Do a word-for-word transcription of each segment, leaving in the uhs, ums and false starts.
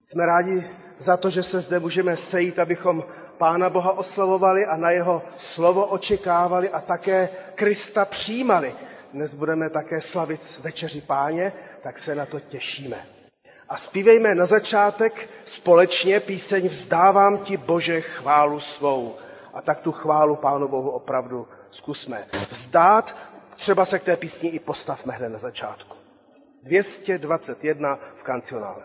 Jsme rádi za to, že se zde můžeme sejít, abychom Pána Boha oslavovali a na jeho slovo očekávali a také Krista přijímali. Dnes budeme také slavit večeři Páně, tak se na to těšíme. A zpívejme na začátek společně píseň Vzdávám ti, Bože, chválu svou. A tak tu chválu Pánu Bohu opravdu zkusme vzdát. Třeba se k té písni i postavme hned na začátku. dvě stě dvacet jedna v kancionále.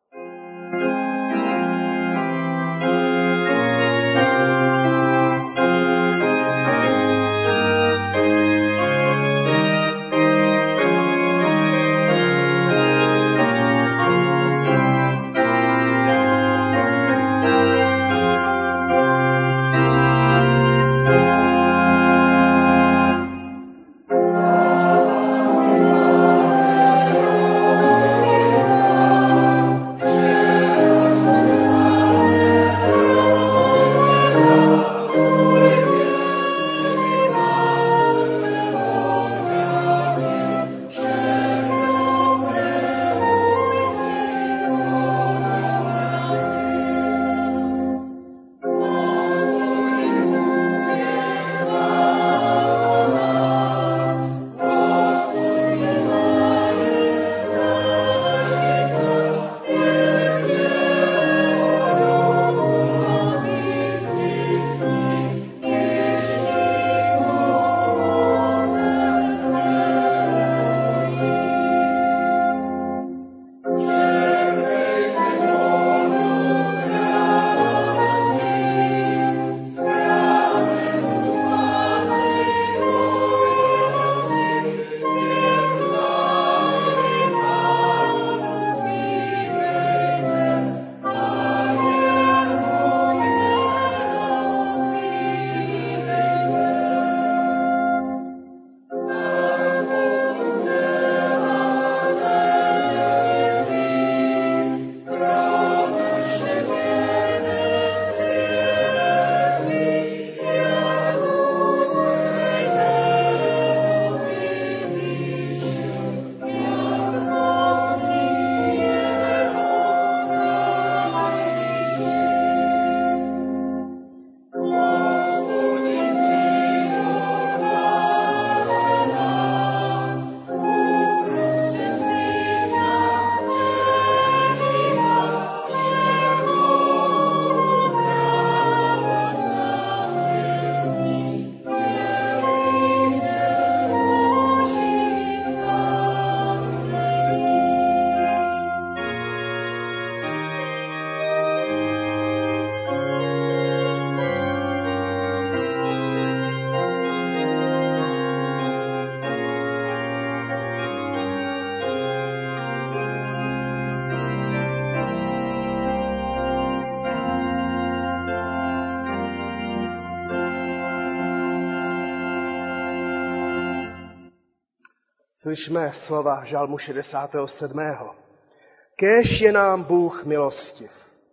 Slyšme slova žalmu šedesátého sedmého Kéž je nám Bůh milostiv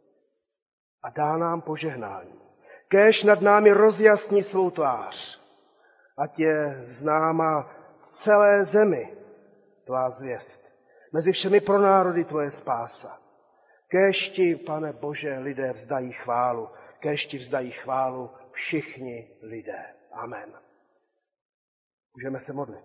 a dá nám požehnání. Kéž nad námi rozjasní svou tvář, ať je známa celé zemi tvá zvěst. Mezi všemi pronárody tvoje spása. Kéž ti, Pane Bože, lidé vzdají chválu. Kéž ti vzdají chválu všichni lidé. Amen. Můžeme se modlit.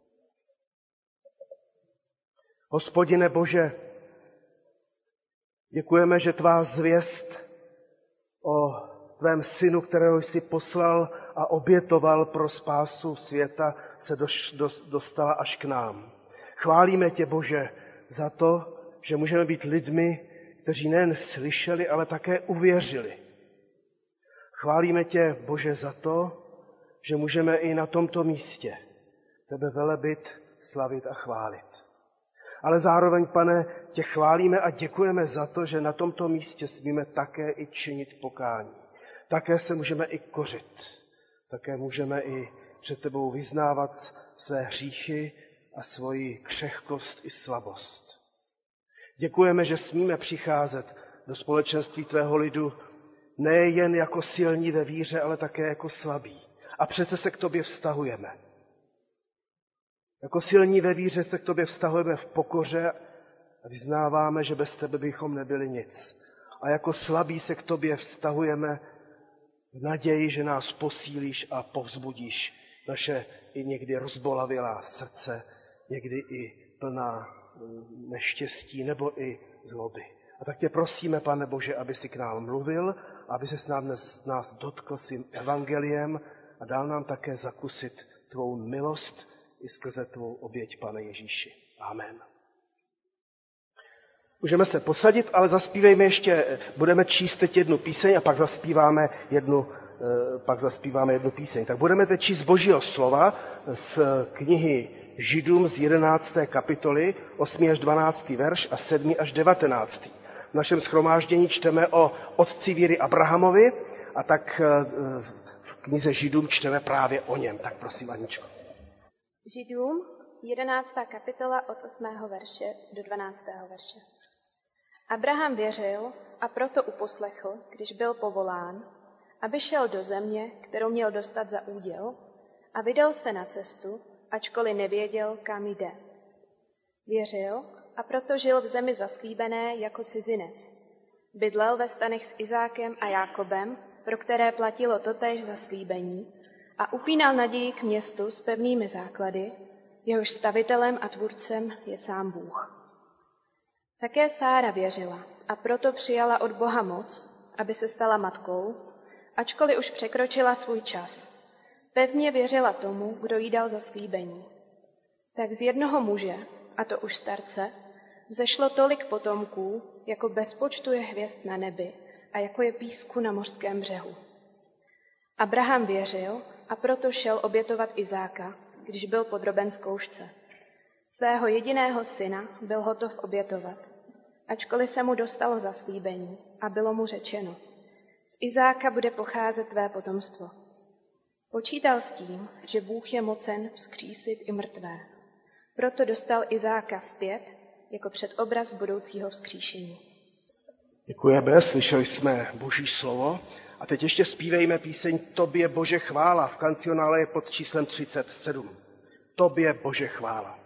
Hospodine Bože, děkujeme, že tvá zvěst o tvém synu, kterého jsi poslal a obětoval pro spásu světa, se dostala až k nám. Chválíme tě, Bože, za to, že můžeme být lidmi, kteří nejen slyšeli, ale také uvěřili. Chválíme tě, Bože, za to, že můžeme i na tomto místě tebe velebit, slavit a chválit. Ale zároveň, Pane, tě chválíme a děkujeme za to, že na tomto místě smíme také i činit pokání. Také se můžeme i kořit. Také můžeme i před tebou vyznávat své hříchy a svoji křehkost i slabost. Děkujeme, že smíme přicházet do společenství tvého lidu nejen jako silní ve víře, ale také jako slabí. A přece se k tobě vztahujeme. Jako silní ve víře se k tobě vztahujeme v pokoře A vyznáváme, že bez tebe bychom nebyli nic. A jako slabí se k tobě vztahujeme v naději, že nás posílíš a povzbudíš naše i někdy rozbolavilá srdce, někdy i plná neštěstí nebo i zloby. A tak tě prosíme, Pane Bože, aby si k nám mluvil, aby se s nám dnes nás dotkl svým evangeliem a dal nám také zakusit tvou milost i skrze tvou oběť, Pane Ježíši. Amen. Můžeme se posadit, ale zaspívejme ještě, budeme číst teď jednu píseň a pak zaspíváme jednu, pak zaspíváme jednu píseň. Tak budeme teď číst Božího slova z knihy Židům z jedenácté kapitoly, osmý až dvanáctý verš a sedmý až devatenáctý. V našem shromáždění čteme o otci víry Abrahamovi a tak v knize Židům čteme právě o něm. Tak prosím, Aničko. Židům, jedenáctá kapitola od osmého verše do dvanáctého verše. Abraham věřil a proto uposlechl, když byl povolán, aby šel do země, kterou měl dostat za úděl, a vydal se na cestu, ačkoliv nevěděl, kam jde. Věřil a proto žil v zemi zaslíbené jako cizinec. Bydlel ve stanech s Izákem a Jákobem, pro které platilo totéž zaslíbení, a upínal naději k městu s pevnými základy, jehož stavitelem a tvůrcem je sám Bůh. Také Sára věřila a proto přijala od Boha moc, aby se stala matkou, ačkoliv už překročila svůj čas. Pevně věřila tomu, kdo jí dal zaslíbení. Tak z jednoho muže, a to už starce, vzešlo tolik potomků, jako bezpočtu je hvězd na nebi a jako je písku na mořském břehu. Abraham věřil a proto šel obětovat Izáka, když byl podroben zkoušce. Svého jediného syna byl hotov obětovat, ačkoliv se mu dostalo zaslíbení a bylo mu řečeno: z Izáka bude pocházet tvé potomstvo. Počítal s tím, že Bůh je mocen vzkřísit i mrtvé. Proto dostal Izáka zpět jako předobraz budoucího vzkříšení. Děkujeme, slyšeli jsme Boží slovo a teď ještě zpívejme píseň Tobě Bože chvála. V kancionále je pod číslem třicet sedm. Tobě Bože chvála.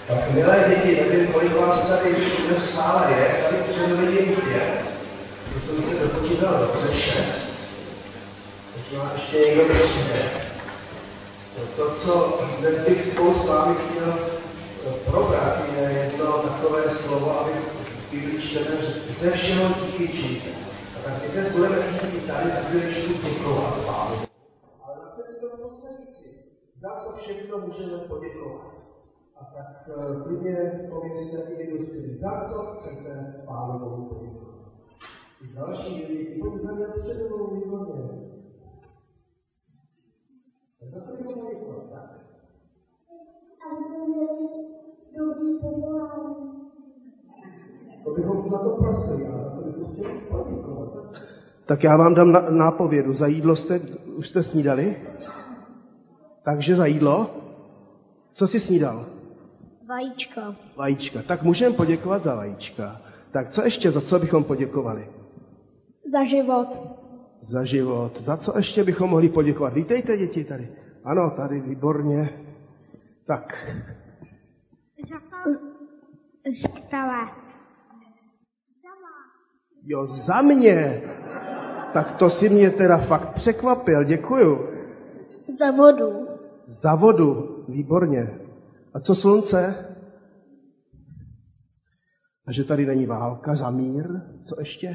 Tak milé děti, nevím, kolik vás tady v sále je, tady před lidí pět. To jsem se dopočítal dobře, šest. Možná ještě někdo přijde. To, co dnes bych spolu s vámi chtěl probrat, je jedno takové slovo, aby v Biblii čteme, že ze všeho díky činit. A tak my dnes budeme chtít tady za chvíličku děkovat Pánu. Ale na to je to posledníci. Za co všechno můžeme poděkovat. A tak klidně povězte i dospělí. Za co chcete Pánu Bohu poděkovat. I další lidi, pokud za mě předevou výborně. Za co bychom poděkovat? Tak. Abychom měli dobrý povolání. To bychom se za to prosili, a za to bychom chtěli poděkovat. Tak já vám dám na, nápovědu. Za jídlo jste, už jste snídali? Takže za jídlo? Co jsi snídal? Vajíčka. Vajíčka. Tak můžeme poděkovat za vajíčka. Tak co ještě, za co bychom poděkovali? Za život. Za život. Za co ještě bychom mohli poděkovat? Vítejte, děti, tady. Ano, tady, výborně. Tak. Šktala. Jo, za mě. Tak to si mě teda fakt překvapil, děkuju. Za vodu. Za vodu, výborně. A co slunce? A že tady není válka, za mír, co ještě?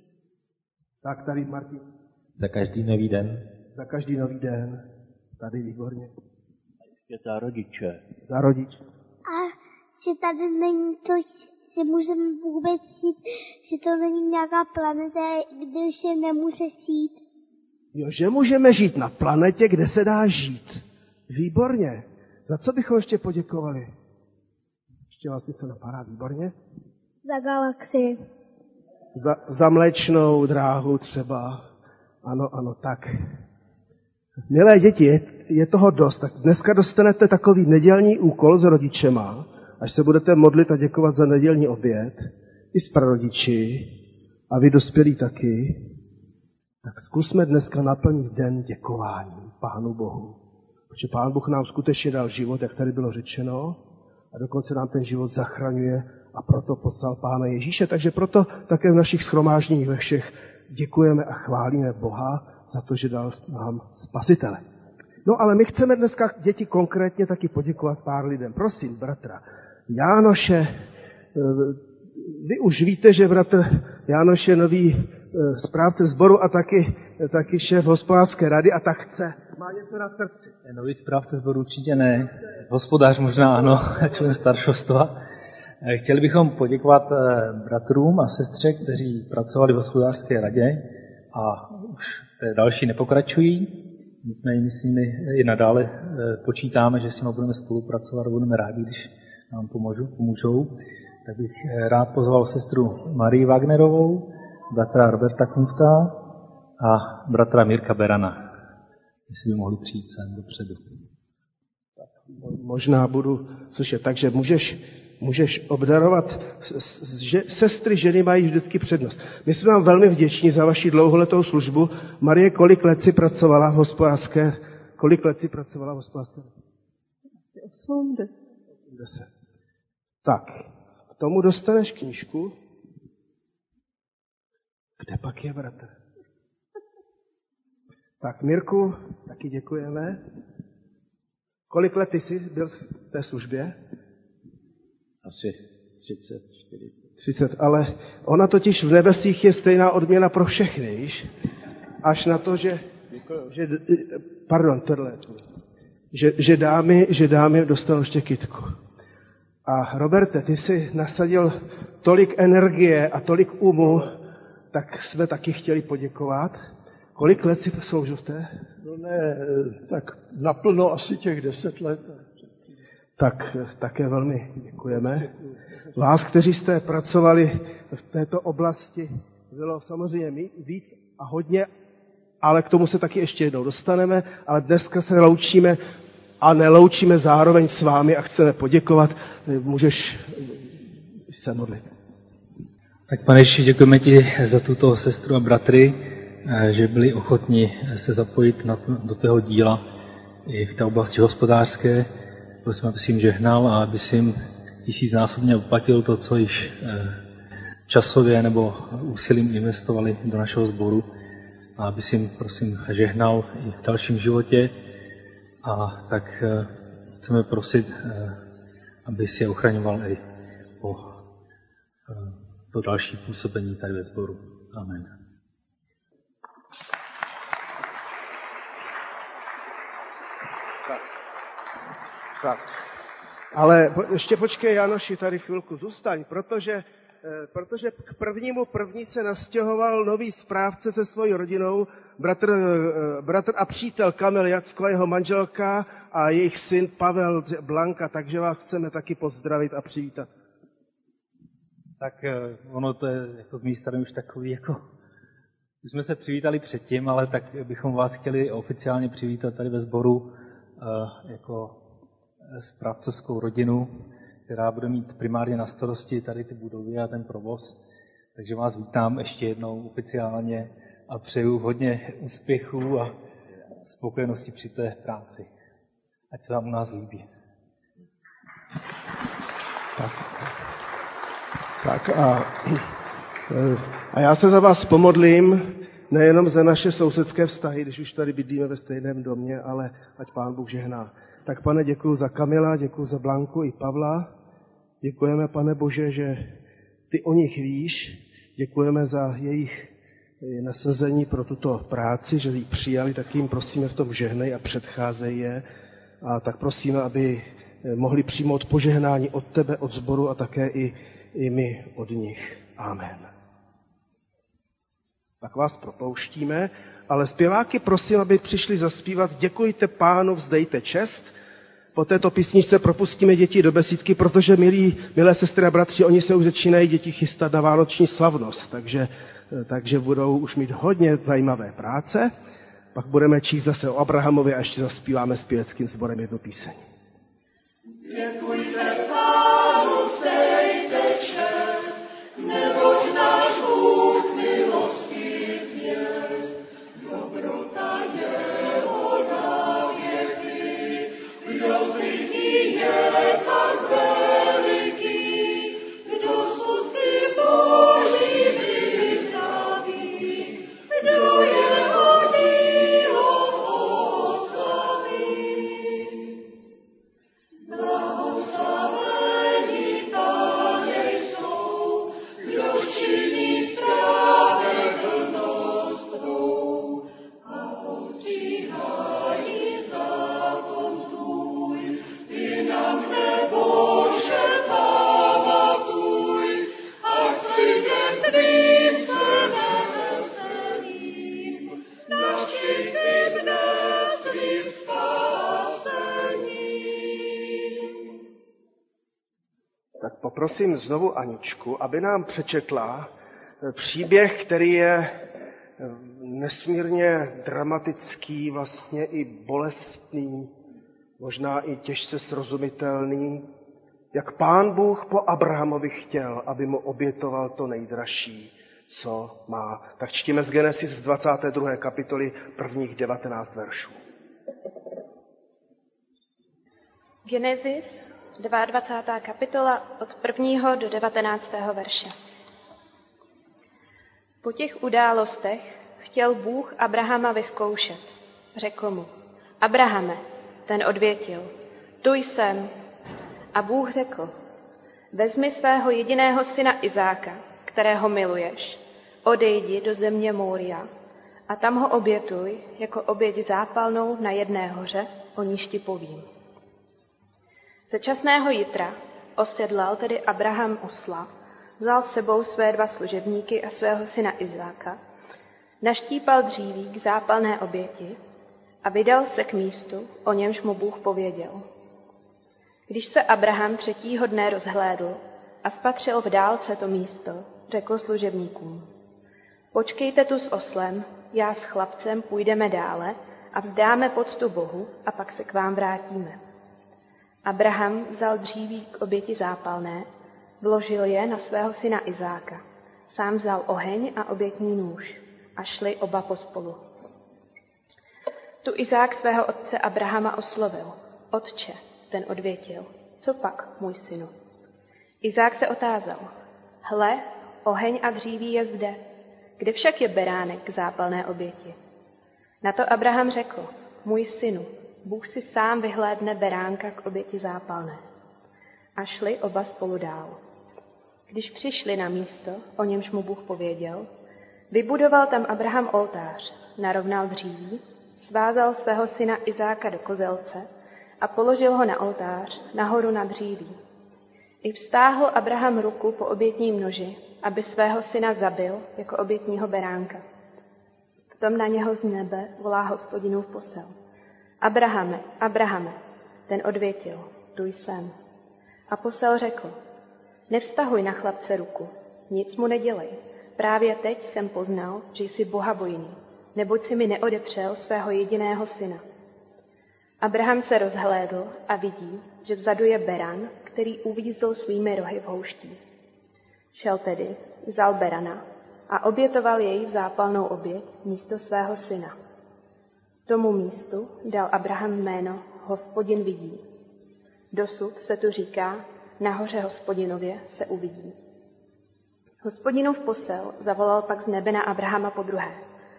Tak tady, Martin. Za každý nový den. Za každý nový den. Tady, výborně. A ještě za rodiče. Za rodiče. A že tady není to, že můžeme vůbec jít, že to není nějaká planeta, kde se nemůže jít. Jo, že můžeme žít na planetě, kde se dá žít. Výborně. Za co bychom ještě poděkovali? Ještě vás něco napadá, výborně? Za galaxii. Za, za mléčnou dráhu třeba. Ano, ano, tak. Milé děti, je, je toho dost. Tak dneska dostanete takový nedělní úkol s rodičema, až se budete modlit a děkovat za nedělní oběd, i s prarodiči, a vy dospělí taky. Tak zkusme dneska naplnit den děkování Pánu Bohu. Protože Pán Bůh nám skutečně dal život, jak tady bylo řečeno, a dokonce nám ten život zachraňuje, a proto poslal Pána Ježíše. Takže proto také v našich shromážděních ve všech děkujeme a chválíme Boha za to, že dal nám Spasitele. No ale my chceme dneska, děti, konkrétně taky poděkovat pár lidem. Prosím, bratra Jánoše, vy už víte, že bratr Jánoš je nový správce sboru a taky, taky šéf hospodářské rady, a tak chce. Má něco na srdci. Nový správce sboru určitě ne. Hospodář možná ano, člen staršovstva. Chtěli bychom poděkovat bratrům a sestře, kteří pracovali v hospodářské radě a už další nepokračují. Nicméně my s nimi i nadále počítáme, že s nimi budeme spolupracovat a budeme rádi, když nám pomůžou. pomůžou. Tak bych rád pozval sestru Marii Wagnerovou, bratra Roberta Knufta a bratra Mirka Berana, jestli by mohli přijít sem dopředu. Tak, možná budu slyšet. Takže můžeš, můžeš obdarovat. Že, sestry, ženy mají vždycky přednost. My jsme vám velmi vděční za vaši dlouholetou službu. Marie, kolik let si pracovala v hospodářské? Kolik let si pracovala v hospodářské? osm, deset. Tak, k tomu dostaneš knížku. Kde pak je bratr? Tak, Mirku, taky děkujeme. Kolik let ty jsi byl v té službě? Asi třicet, čtyřicet. třicet, ale ona totiž v nebesích je stejná odměna pro všechny, víš? Až na to, že, že pardon, tohle, že, že, dámy, že dámy dostalo ještě kytku. A Roberte, ty jsi nasadil tolik energie a tolik umu, tak jsme taky chtěli poděkovat. Kolik let si sloužil v té? No ne, tak naplno asi těch deset let. Tak také velmi děkujeme. Vás, kteří jste pracovali v této oblasti, bylo samozřejmě víc a hodně, ale k tomu se taky ještě jednou dostaneme. Ale dneska se loučíme a neloučíme zároveň s vámi a chceme poděkovat. Můžeš se modlit. Tak Pane Ježíši, děkujeme ti za tuto sestru a bratry, že byli ochotni se zapojit na, do tého díla i v té oblasti hospodářské. Prosím, aby si jim žehnal a aby si jim tisícnásobně oplatil to, co již časově nebo úsilím investovali do našeho sboru, a aby si jim, prosím, žehnal i v dalším životě. A tak chceme prosit, aby si je ochraňoval i po to další působení tady ve sboru. Amen. Tak. tak. Ale ještě počkej, Janoši, tady chvilku zůstaň, protože, protože k prvnímu první se nastěhoval nový správce se svojí rodinou, bratr, bratr a přítel Kamil Jacko a jeho manželka a jejich syn Pavel Blanka, takže vás chceme taky pozdravit a přivítat. Tak ono to je jako z mé strany už takový, jako už jsme se přivítali předtím, ale tak bychom vás chtěli oficiálně přivítat tady ve sboru jako správcovskou rodinu, která bude mít primárně na starosti tady ty budovy a ten provoz. Takže vás vítám ještě jednou oficiálně a přeju hodně úspěchů a spokojenosti při té práci. Ať se vám u nás líbí. Tak, tak a, a já se za vás pomodlím, nejenom za naše sousedské vztahy, když už tady bydlíme ve stejném domě, ale ať Pán Bůh žehná. Tak, Pane, děkuji za Kamila, děkuji za Blanku i Pavla. Děkujeme, Pane Bože, že ty o nich víš. Děkujeme za jejich nasazení pro tuto práci, že ji přijali, tak jim prosíme v tom žehnej a předcházej je. A tak prosíme, aby mohli přijmout požehnání od tebe, od sboru a také i, i my od nich. Amen. Tak vás propouštíme, ale zpěváky prosím, aby přišli zaspívat Děkujte Pánu, vzdejte čest. Po této písničce propustíme děti do besídky, protože, milí, milé sestry a bratři, oni se už začínají děti chystat na vánoční slavnost, takže, takže budou už mít hodně zajímavé práce. Pak budeme číst zase o Abrahamovi a ještě zaspíváme s pěveckým sborem jednu píseň. Děkujte Pánu, vzdejte čest, neboť náš Bůh milostiv jest, dobrota jeho na věky, kdo z lidí je tak veliký, kdo skutky Boží vypraví, kdo jeho dílo oslaví. Blahoslavení Páně jsou, kdož činí spravedlnost tvou a ostříhají zákon tvůj. Ty na mne, Bože, pamatuj, ať si den tvým se neveselím, navštěj ty mne svým spásením. Tak poprosím znovu Aničku, aby nám přečetla příběh, který je nesmírně dramatický, vlastně i bolestný, možná i těžce srozumitelný, jak Pán Bůh po Abrahamovi chtěl, aby mu obětoval to nejdražší, co má. Tak čtíme z Genesis z dvacáté druhé kapitoly prvních devatenáct veršů. Genesis, dvacátá druhá kapitola od prvního do devatenáctého verše. Po těch událostech chtěl Bůh Abrahama vyzkoušet. Řekl mu: Abrahame, ten odvětil: tu jsem. A Bůh řekl: vezmi svého jediného syna Izáka, kterého miluješ, odejdi do země Mória a tam ho obětuj jako oběť zápalnou na jedné hoře, o níž ti povím. Ze časného jitra osedlal tedy Abraham osla, vzal s sebou své dva služebníky a svého syna Izáka, naštípal dříví k zápalné oběti a vydal se k místu, o němž mu Bůh pověděl. Když se Abraham třetího dne rozhlédl a spatřil v dálce to místo, řekl služebníkům: počkejte tu s oslem, já s chlapcem půjdeme dále a vzdáme poctu Bohu a pak se k vám vrátíme. Abraham vzal dříví k oběti zápalné, vložil je na svého syna Izáka, sám vzal oheň a obětní nůž a šli oba pospolu. Tu Izák svého otce Abrahama oslovil: Otče, ten odvětil: co pak, můj synu? Izák se otázal, hle, oheň a dříví je zde, kde však je beránek k zápalné oběti? Na to Abraham řekl, můj synu, Bůh si sám vyhlédne beránka k oběti zápalné. A šli oba spolu dál. Když přišli na místo, o němž mu Bůh pověděl, vybudoval tam Abraham oltář, narovnal dříví, svázal svého syna Izáka do kozelce a položil ho na oltář nahoru na dříví. I vztáhl Abraham ruku po obětním noži, aby svého syna zabil jako obětního beránka. Potom na něho z nebe volá Hospodinův posel. Abrahame, Abrahame, ten odvětil, tu jsem. A posel řekl, nevztahuj na chlapce ruku, nic mu nedělej. Právě teď jsem poznal, že jsi bohabojný, neboť si mi neodepřel svého jediného syna. Abraham se rozhlédl a vidí, že vzadu je beran, který uvízl svými rohy v houští. Šel tedy, vzal berana a obětoval jej v zápalnou oběť místo svého syna. Tomu místu dal Abraham jméno Hospodin vidí. Dosud se tu říká, nahoře Hospodinově se uvidí. Hospodinův posel zavolal pak z nebe na Abrahama podruhé.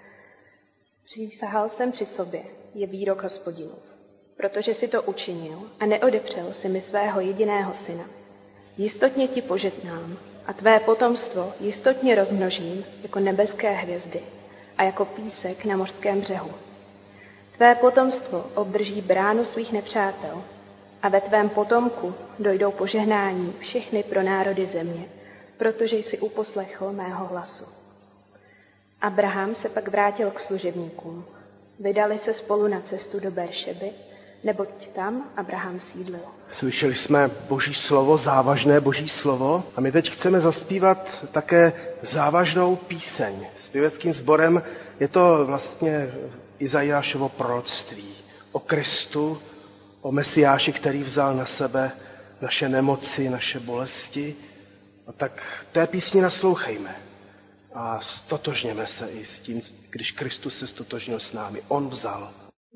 Přísahal jsem při sobě, je výrok Hospodinův, protože si to učinil a neodepřel si mi svého jediného syna. Jistotně ti požehnám a tvé potomstvo jistotně rozmnožím jako nebeské hvězdy a jako písek na mořském břehu. Tvé potomstvo obdrží bránu svých nepřátel a ve tvém potomku dojdou požehnání všechny pro národy země, protože jsi uposlechl mého hlasu. Abraham se pak vrátil k služebníkům. Vydali se spolu na cestu do Beršeby, neboť tam Abraham sídlil. Slyšeli jsme Boží slovo, závažné Boží slovo a my teď chceme zaspívat také závažnou píseň. S pěveckým sborem je to vlastně Izajášovo proroctví o Kristu, o Mesiáši, který vzal na sebe naše nemoci, naše bolesti. A tak té písni naslouchejme a stotožněme se i s tím, když Kristus se stotožnil s námi. On vzal.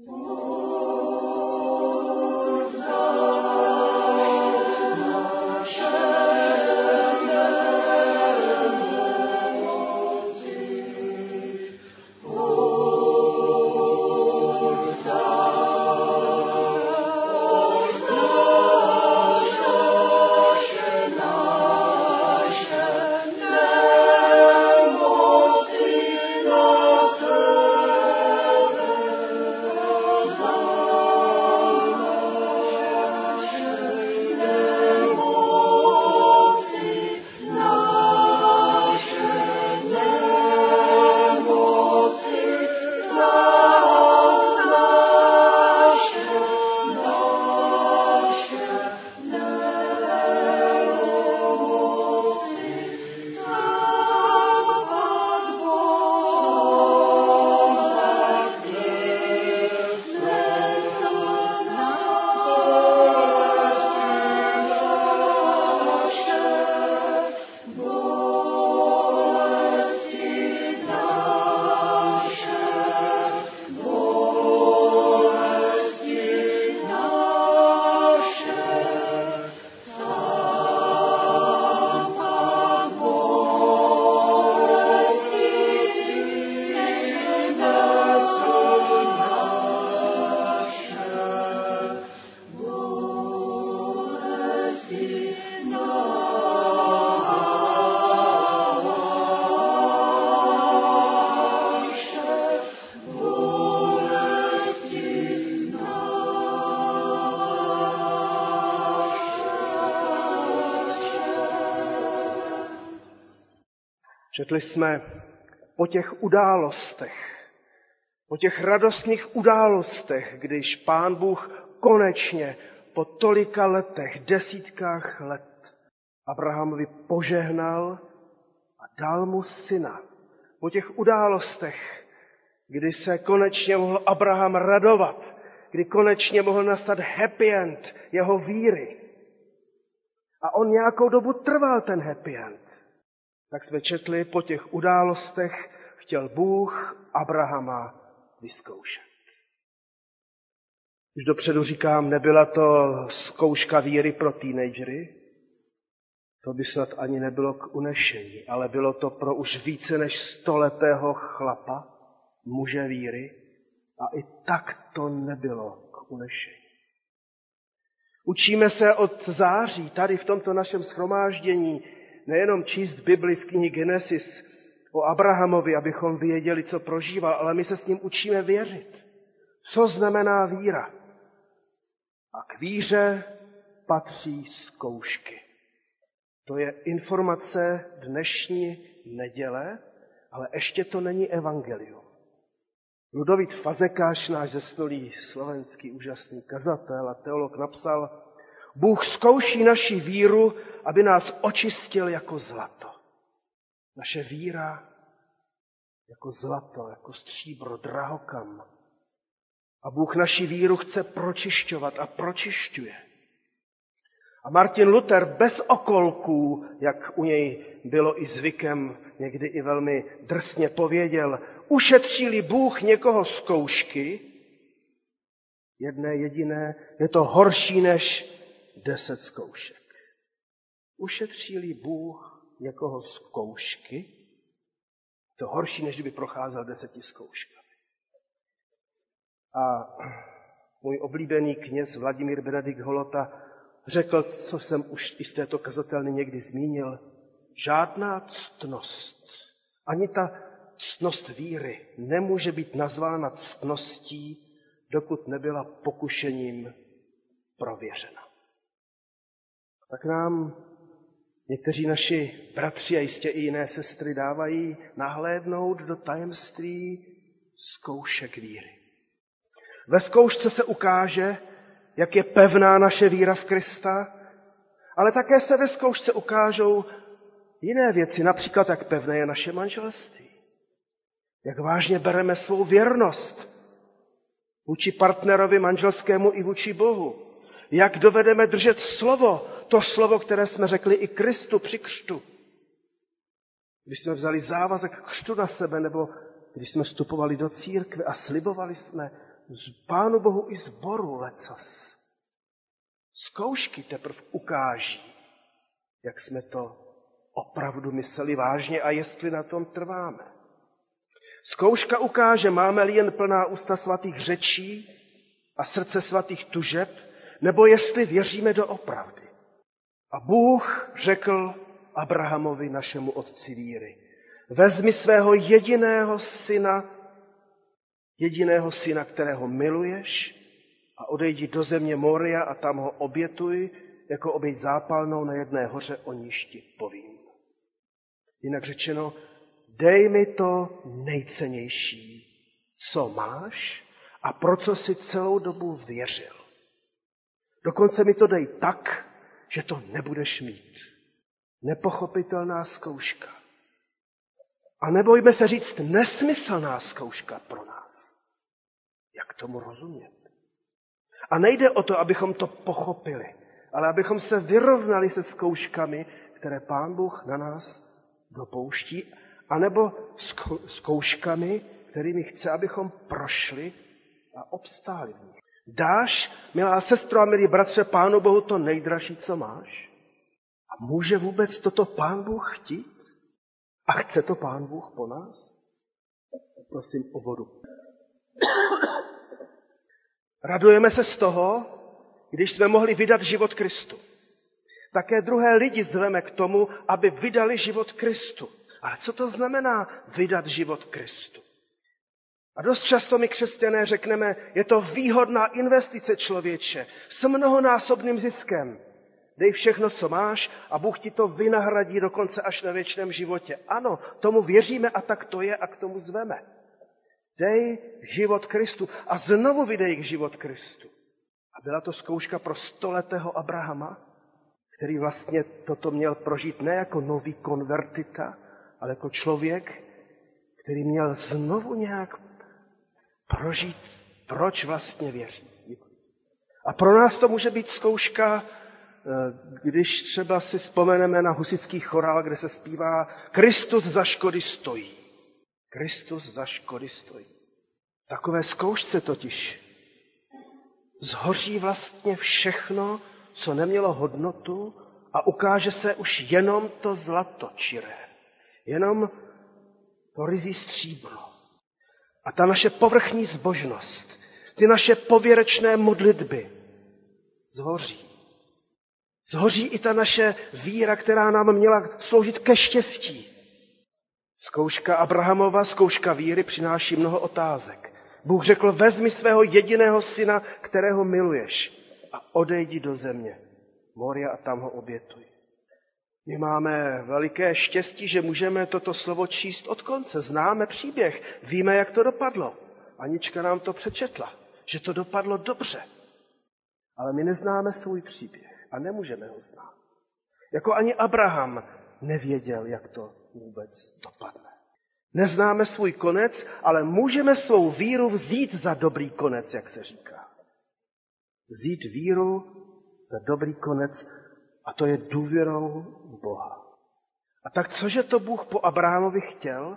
Četli jsme po těch událostech, po těch radostných událostech, když Pán Bůh konečně po tolika letech, desítkách let Abrahamovi požehnal a dal mu syna. Po těch událostech, kdy se konečně mohl Abraham radovat, kdy konečně mohl nastat happy end jeho víry. A on nějakou dobu trval ten happy end. Tak jsme četli, po těch událostech chtěl Bůh Abrahama vyzkoušet. Už dopředu říkám, nebyla to zkouška víry pro teenagery. to by snad ani nebylo k unešení, ale bylo to pro už více než stoletého chlapa, muže víry, a i tak to nebylo k unešení. Učíme se od září tady v tomto našem shromáždění nejenom číst Bibli z knihy Genesis o Abrahamovi, abychom věděli, co prožíval, ale my se s ním učíme věřit. Co znamená víra? A k víře patří zkoušky. To je informace dnešní neděle, ale ještě to není evangelium. Ludovít Fazekáš, náš zesnulý slovenský úžasný kazatel a teolog, napsal: Bůh zkouší naši víru, aby nás očistil jako zlato. Naše víra jako zlato, jako stříbro, drahokam. A Bůh naši víru chce pročišťovat a pročišťuje. A Martin Luther bez okolků, jak u něj bylo i zvykem, někdy i velmi drsně pověděl, ušetří-li Bůh někoho zkoušky, jedné jediné, je to horší než deset zkoušek. Ušetří-li Bůh někoho zkoušky, to horší, než kdyby procházel deseti zkouškami. A můj oblíbený kněz Vladimír Benedikt Holota řekl, co jsem už i z této kazatelny někdy zmínil, žádná ctnost, ani ta ctnost víry nemůže být nazvána ctností, dokud nebyla pokušením prověřena. Tak nám někteří naši bratři a jistě i jiné sestry dávají nahlédnout do tajemství zkoušek víry. Ve zkoušce se ukáže, jak je pevná naše víra v Krista, ale také se ve zkoušce ukážou jiné věci, například jak pevné je naše manželství, jak vážně bereme svou věrnost vůči partnerovi manželskému i vůči Bohu, jak dovedeme držet slovo, to slovo, které jsme řekli i Kristu při křtu. Když jsme vzali závazek křtu na sebe, nebo když jsme vstupovali do církve a slibovali jsme z Pánu Bohu i sboru lecos. Zkoušky teprve ukáží, jak jsme to opravdu mysleli vážně a jestli na tom trváme. Zkouška ukáže, máme-li jen plná ústa svatých řečí a srdce svatých tužeb, nebo jestli věříme do opravdy. A Bůh řekl Abrahamovi, našemu otci víry, vezmi svého jediného syna, jediného syna, kterého miluješ, a odejdi do země Moria a tam ho obětuj, jako oběť zápalnou na jedné hoře, o níž ti povím. Jinak řečeno, dej mi to nejcennější, co máš a pro co jsi celou dobu věřil. Dokonce mi to dej tak, že to nebudeš mít. Nepochopitelná zkouška. A nebojme se říct nesmyslná zkouška pro nás. Jak tomu rozumět? A nejde o to, abychom to pochopili, ale abychom se vyrovnali se zkouškami, které Pán Bůh na nás dopouští, anebo zkouškami, kterými chce, abychom prošli a obstáli v nich. Dáš, milá sestro a milí bratře, Pánu Bohu to nejdražší, co máš? A může vůbec toto Pán Bůh chtít? A chce to Pán Bůh po nás? Prosím o vodu. Radujeme se z toho, když jsme mohli vydat život Kristu. Také druhé lidi zveme k tomu, aby vydali život Kristu. Ale co to znamená vydat život Kristu? A dost často my křesťané řekneme, je to výhodná investice, člověče, s mnohonásobným ziskem. Dej všechno, co máš, a Bůh ti to vynahradí dokonce až na věčném životě. Ano, tomu věříme a tak to je a k tomu zveme. Dej život Kristu a znovu vydej život Kristu. A byla to zkouška pro stoletého Abrahama, který vlastně toto měl prožít ne jako nový konvertita, ale jako člověk, který měl znovu nějak prožít, proč vlastně věří. A pro nás to může být zkouška, když třeba si vzpomeneme na husitský chorál, kde se zpívá Kristus za škody stojí. Kristus za škody stojí. Takové zkoušce totiž zhoří vlastně všechno, co nemělo hodnotu a ukáže se už jenom to zlato čiré, jenom to ryzí stříbro. A ta naše povrchní zbožnost, ty naše pověrečné modlitby zhoří. Zhoří i ta naše víra, která nám měla sloužit ke štěstí. Zkouška Abrahamova, zkouška víry přináší mnoho otázek. Bůh řekl, vezmi svého jediného syna, kterého miluješ, a odejdi do země Moria a tam ho obětuj. My máme veliké štěstí, že můžeme toto slovo číst od konce. Známe příběh, víme, jak to dopadlo. Anička nám to přečetla, že to dopadlo dobře. Ale my neznáme svůj příběh a nemůžeme ho znát. Jako ani Abraham nevěděl, jak to vůbec dopadne. Neznáme svůj konec, ale můžeme svou víru vzít za dobrý konec, jak se říká. Vzít víru za dobrý konec, a to je důvěrou v Boha. A tak cože to Bůh po Abrahamovi chtěl?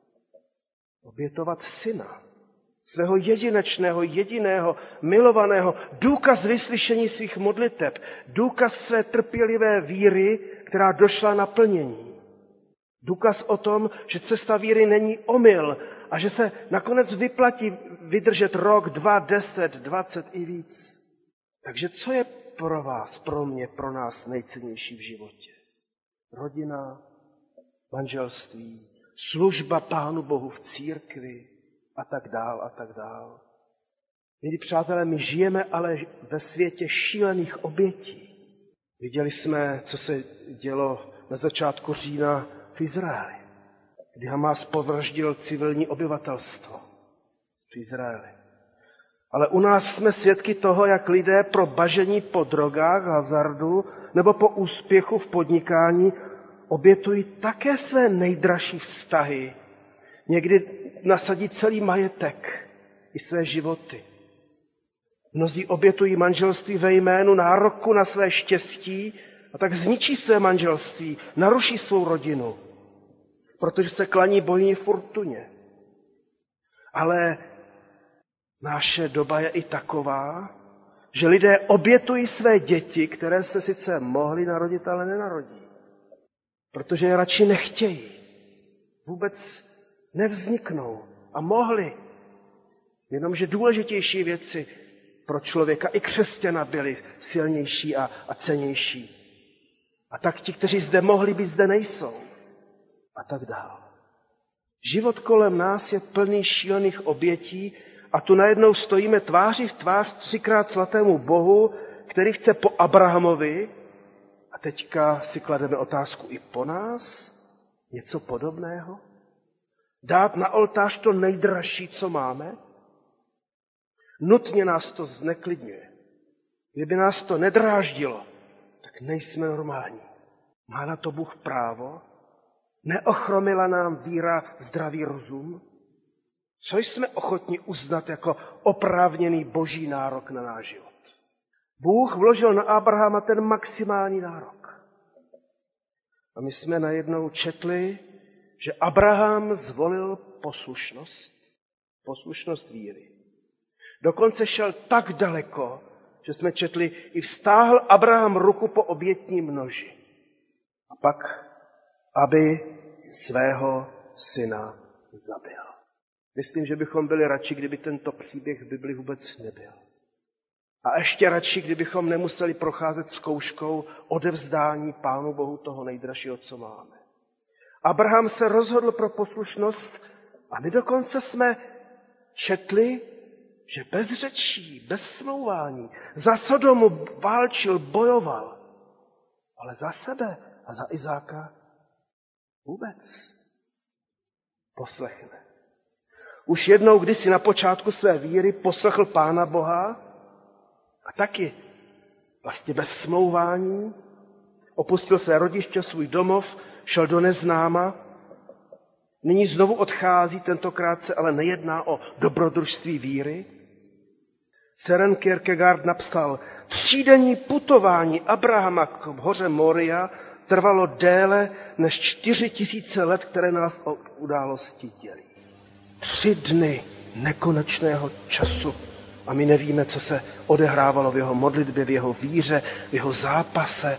Obětovat syna. Svého jedinečného, jediného, milovaného, důkaz vyslyšení svých modliteb, důkaz své trpělivé víry, která došla na plnění. Důkaz o tom, že cesta víry není omyl a že se nakonec vyplatí vydržet rok, dva, deset, dvacet i víc. Takže co je pro vás, pro mě, pro nás nejcennější v životě? Rodina, manželství, služba Pánu Bohu v církvi a tak dál a tak dál. Milí přátelé, my žijeme ale ve světě šílených obětí. Viděli jsme, co se dělo na začátku října v Izraeli, kdy Hamas povraždil civilní obyvatelstvo v Izraeli. Ale u nás jsme svědky toho, jak lidé pro bažení po drogách, hazardu nebo po úspěchu v podnikání obětují také své nejdražší vztahy. Někdy nasadí celý majetek i své životy. Mnozí obětují manželství ve jménu nároku na své štěstí a tak zničí své manželství, naruší svou rodinu, protože se klaní bohyni Fortuně. Ale naše doba je i taková, že lidé obětují své děti, které se sice mohly narodit, ale nenarodí. Protože je radši nechtějí. Vůbec nevzniknou. A mohli. Jenomže důležitější věci pro člověka i křesťana byly silnější a, a cennější. A tak ti, kteří zde mohli být, zde nejsou. A tak dál. Život kolem nás je plný šílených obětí a tu najednou stojíme tváří v tvář třikrát svatému Bohu, který chce po Abrahamovi, a teďka si klademe otázku i po nás, něco podobného? Dát na oltář to nejdražší, co máme? Nutně nás to zneklidňuje. Kdyby nás to nedráždilo, tak nejsme normální. Má na to Bůh právo? Neochromila nám víra zdravý rozum? Co jsme ochotni uznat jako oprávněný boží nárok na náš život? Bůh vložil na Abrahama ten maximální nárok. A my jsme najednou četli, že Abraham zvolil poslušnost, poslušnost víry. Dokonce šel tak daleko, že jsme četli, i vztáhl Abraham ruku po obětním noži. A pak, aby svého syna zabil. Myslím, že bychom byli radši, kdyby tento příběh v Bibli vůbec nebyl. A ještě radši, kdybychom nemuseli procházet zkouškou odevzdání Pánu Bohu toho nejdražšího, co máme. Abraham se rozhodl pro poslušnost a my dokonce jsme četli, že bez řečí, bez smlouvání, za Sodomu válčil, bojoval, ale za sebe a za Izáka vůbec poslechne. Už jednou kdysi na počátku své víry poslechl Pána Boha a taky vlastně bez smlouvání opustil své rodiště, svůj domov, šel do neznáma. Nyní znovu odchází, tentokrát se ale nejedná o dobrodružství víry. Søren Kierkegaard napsal, třídenní putování Abrahama k hoře Moria trvalo déle než čtyři tisíce let, které nás od události dělí. Tři dny nekonečného času a my nevíme, co se odehrávalo v jeho modlitbě, v jeho víře, v jeho zápase.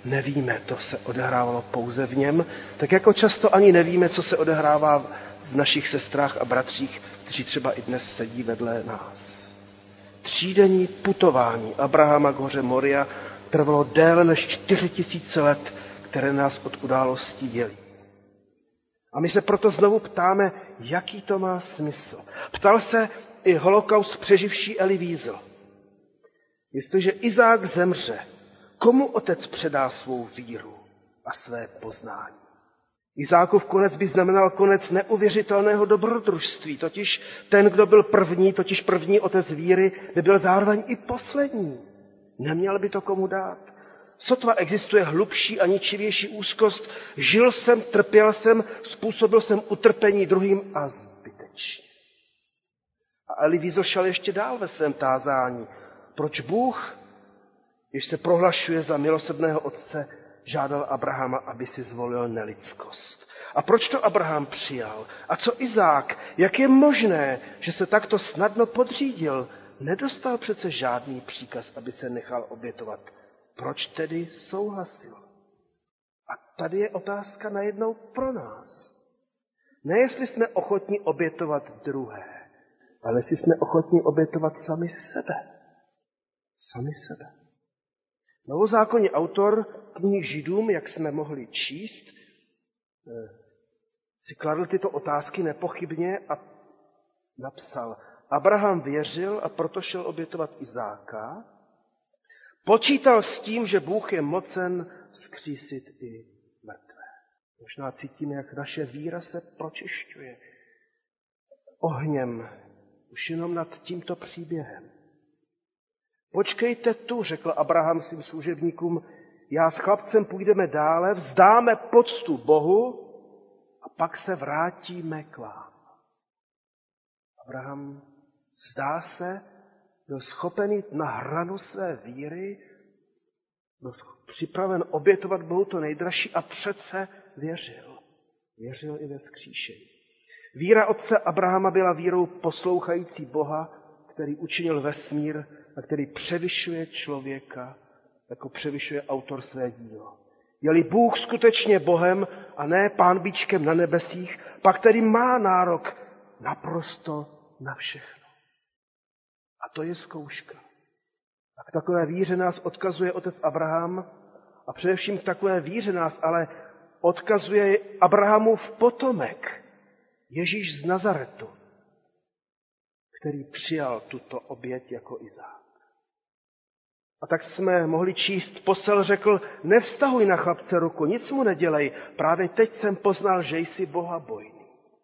nevíme, to se odehrávalo pouze v něm, tak jako často ani nevíme, co se odehrává v našich sestrách a bratřích, kteří třeba i dnes sedí vedle nás. Třídenní putování Abrahama k hoře Moria trvalo déle než čtyři tisíce let, které nás od událostí dělí. A my se proto znovu ptáme, jaký to má smysl. Ptal se i holokaust přeživší Elie Wiesel. Jestliže Izák zemře, komu otec předá svou víru a své poznání? Izákův konec by znamenal konec neuvěřitelného dobrodružství, totiž ten, kdo byl první, totiž první otec víry, by byl zároveň i poslední. Neměl by to komu dát. Sotva existuje hlubší a ničivější úzkost. Žil jsem, trpěl jsem, způsobil jsem utrpení druhým a zbytečně. A Elie Wiesel šel ještě dál ve svém tázání. Proč Bůh, když se prohlašuje za milosrdného otce, žádal Abrahama, aby si zvolil nelidskost? A proč to Abraham přijal? A co Izák? Jak je možné, že se takto snadno podřídil? Nedostal přece žádný příkaz, aby se nechal obětovat. Proč tedy souhlasil? A tady je otázka najednou pro nás. Ne jestli jsme ochotní obětovat druhé, ale jestli jsme ochotní obětovat sami sebe. Sami sebe. Novozákonní autor knihy Židům, jak jsme mohli číst, si kladl tyto otázky nepochybně a napsal: Abraham věřil a proto šel obětovat Izáka. Počítal s tím, že Bůh je mocen vzkřísit i mrtvé. Možná cítíme, jak naše víra se pročišťuje ohněm už jenom nad tímto příběhem. Počkejte tu, řekl Abraham svým služebníkům, já s chlapcem půjdeme dále, vzdáme poctu Bohu a pak se vrátíme k vám. Abraham, zdá se, byl schopen jít na hranu své víry, byl připraven obětovat Bohu to nejdražší a přece věřil. Věřil i ve vzkříšení. Víra otce Abrahama byla vírou poslouchající Boha, který učinil vesmír a který převyšuje člověka, jako převyšuje autor své dílo. Je-li Bůh skutečně Bohem a ne pánbíčkem na nebesích, pak tedy má nárok naprosto na všechno. A to je zkouška. A k takové víře nás odkazuje otec Abraham a především k takové víře nás ale odkazuje Abrahamův potomek, Ježíš z Nazaretu, který přijal tuto oběť jako Izák. A tak jsme mohli číst, posel řekl, nevztahuj na chlapce ruku, nic mu nedělej, právě teď jsem poznal, že jsi Boha bojný.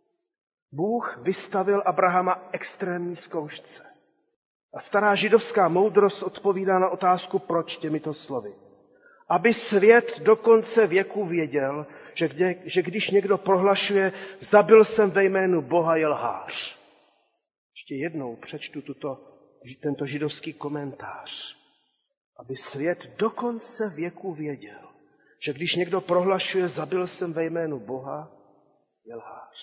Bůh vystavil Abrahama extrémní zkoušce. A stará židovská moudrost odpovídá na otázku, proč těmito slovy. Aby svět do konce věku věděl, že, kde, že když někdo prohlašuje, zabil jsem ve jménu Boha, je lhář. Ještě jednou přečtu tuto, tento židovský komentář. Aby svět do konce věku věděl, že když někdo prohlašuje, zabil jsem ve jménu Boha, je lhář.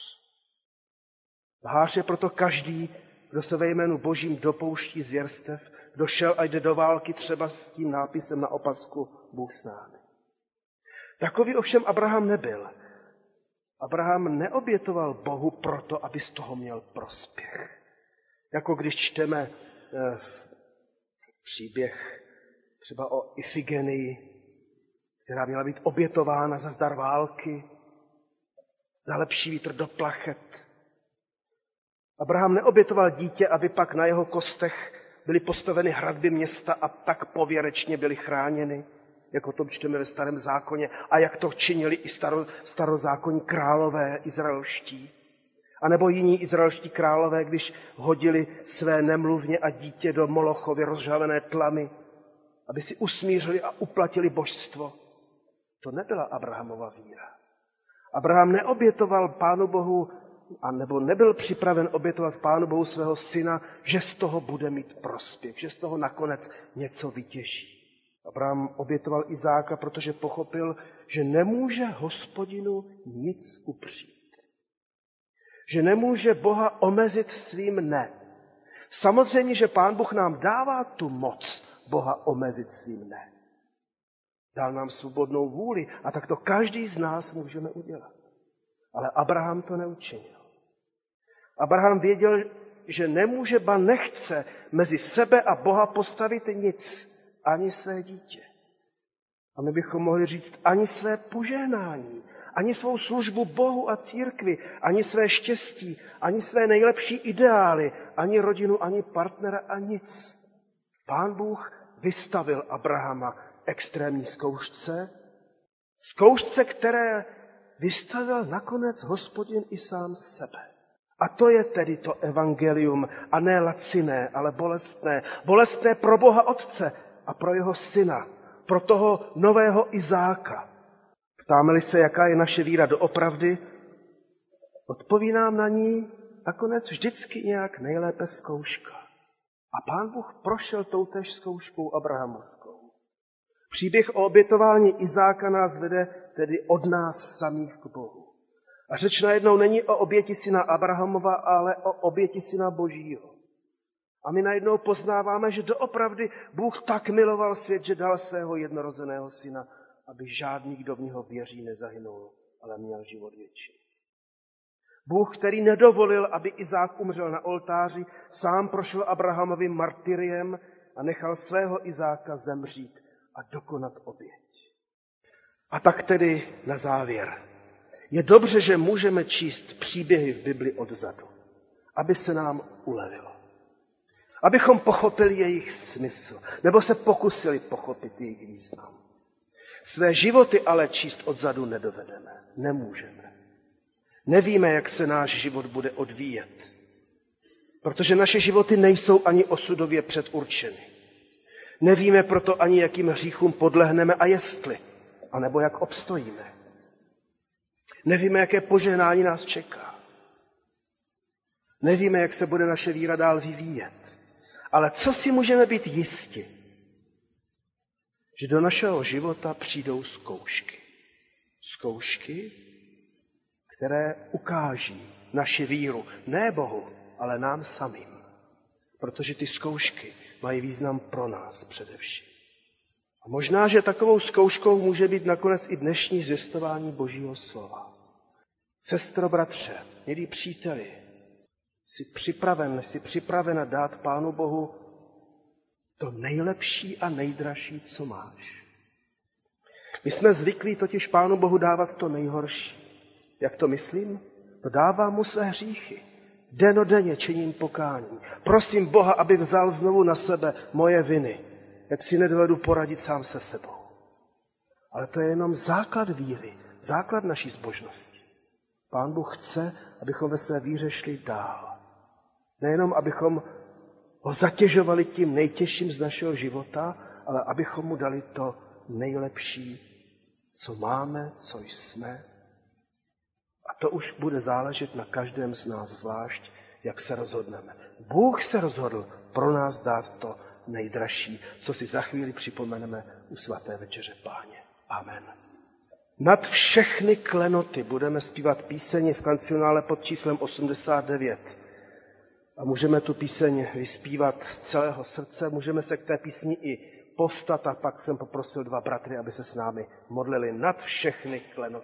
Lhář je proto každý, kdo se ve jménu Božím dopouští zvěrstev, kdo šel a jde do války třeba s tím nápisem na opasku Bůh s námi. Takový ovšem Abraham nebyl. Abraham neobětoval Bohu proto, aby z toho měl prospěch. Jako když čteme eh, příběh třeba o Ifigenii, která měla být obětována za zdar války, za lepší vítr do plachet. Abraham neobětoval dítě, aby pak na jeho kostech byly postaveny hradby města a tak pověrečně byly chráněny, jako to čteme ve Starém zákoně a jak to činili i staro, starozákonní králové izraelští. A nebo jiní izraelští králové, když hodili své nemluvně a dítě do Molochovy rozžhavené tlamy, aby si usmířili a uplatili božstvo. To nebyla Abrahamova víra. Abraham neobětoval Pánu Bohu, a nebo nebyl připraven obětovat Pánu Bohu svého syna, že z toho bude mít prospěch, že z toho nakonec něco vytěží. Abraham obětoval Izáka, protože pochopil, že nemůže Hospodinu nic upřít. Že nemůže Boha omezit svým ne. Samozřejmě, že Pán Bůh nám dává tu moc Boha omezit svým ne. Dal nám svobodnou vůli a tak to každý z nás můžeme udělat. Ale Abraham to neučinil. Abraham věděl, že nemůže, ba nechce mezi sebe a Boha postavit nic, ani své dítě. A my bychom mohli říct ani své požehnání, ani svou službu Bohu a církvi, ani své štěstí, ani své nejlepší ideály, ani rodinu, ani partnera a nic. Pán Bůh vystavil Abrahama extrémní zkoušce, zkoušce, které vystavil nakonec Hospodin i sám sebe. A to je tedy to evangelium, a ne laciné, ale bolestné. Bolestné pro Boha Otce a pro jeho syna, pro toho nového Izáka. Ptáme-li se, jaká je naše víra doopravdy, odpoví nám na ní nakonec vždycky nějak nejlépe zkouška. A Pán Bůh prošel toutéž zkouškou abrahamovskou. Příběh o obětování Izáka nás vede tedy od nás samých k Bohu. A řeč najednou není o oběti syna Abrahamova, ale o oběti syna Božího. A my najednou poznáváme, že doopravdy Bůh tak miloval svět, že dal svého jednorozeného syna, aby žádný, kdo v něho věří, nezahynul, ale měl život věčný. Bůh, který nedovolil, aby Izák umřel na oltáři, sám prošel Abrahamovým martyriem a nechal svého Izáka zemřít a dokonat oběť. A tak tedy na závěr. Je dobře, že můžeme číst příběhy v Bibli odzadu, aby se nám ulevilo. Abychom pochopili jejich smysl, nebo se pokusili pochopit jejich význam. Své životy ale číst odzadu nedovedeme, nemůžeme. Nevíme, jak se náš život bude odvíjet, protože naše životy nejsou ani osudově předurčeny. Nevíme proto ani, jakým hříchům podlehneme a jestli, anebo jak obstojíme. Nevíme, jaké požehnání nás čeká. Nevíme, jak se bude naše víra dál vyvíjet. Ale co si můžeme být jisti? Že do našeho života přijdou zkoušky. Zkoušky, které ukáží naši víru. Ne Bohu, ale nám samým. Protože ty zkoušky mají význam pro nás především. A možná, že takovou zkouškou může být nakonec i dnešní zvěstování Božího slova. Sestro, bratře, milí příteli, jsi připraven, jsi připravena dát Pánu Bohu to nejlepší a nejdražší, co máš. My jsme zvyklí totiž Pánu Bohu dávat to nejhorší. Jak to myslím? To dávám mu své hříchy. Denodenně činím pokání. Prosím Boha, aby vzal znovu na sebe moje viny, jak si nedovedu poradit sám se sebou. Ale to je jenom základ víry, základ naší zbožnosti. Pán Bůh chce, abychom ve své víře šli dál. Nejenom, abychom ho zatěžovali tím nejtěžším z našeho života, ale abychom mu dali to nejlepší, co máme, co jsme. A to už bude záležet na každém z nás zvlášť, jak se rozhodneme. Bůh se rozhodl pro nás dát to nejdražší, co si za chvíli připomeneme u svaté večeře Páně. Amen. Nad všechny klenoty budeme zpívat píseň v kancionále pod číslem osmdesát devět. A můžeme tu píseň vyspívat z celého srdce, můžeme se k té písni i povstat a pak jsem poprosil dva bratry, aby se s námi modlili nad všechny klenoty.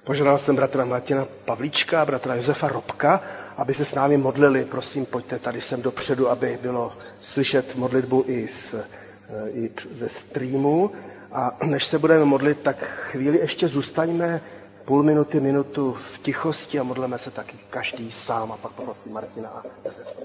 Požádal jsem bratra Martina Pavlíčka a bratra Josefa Robka, aby se s námi modlili. Prosím, pojďte tady sem dopředu, aby bylo slyšet modlitbu i, z, i ze streamu. A než se budeme modlit, tak chvíli ještě zůstaňme půl minuty, minutu v tichosti a modleme se taky každý sám a pak poprosím Martina a Josefa.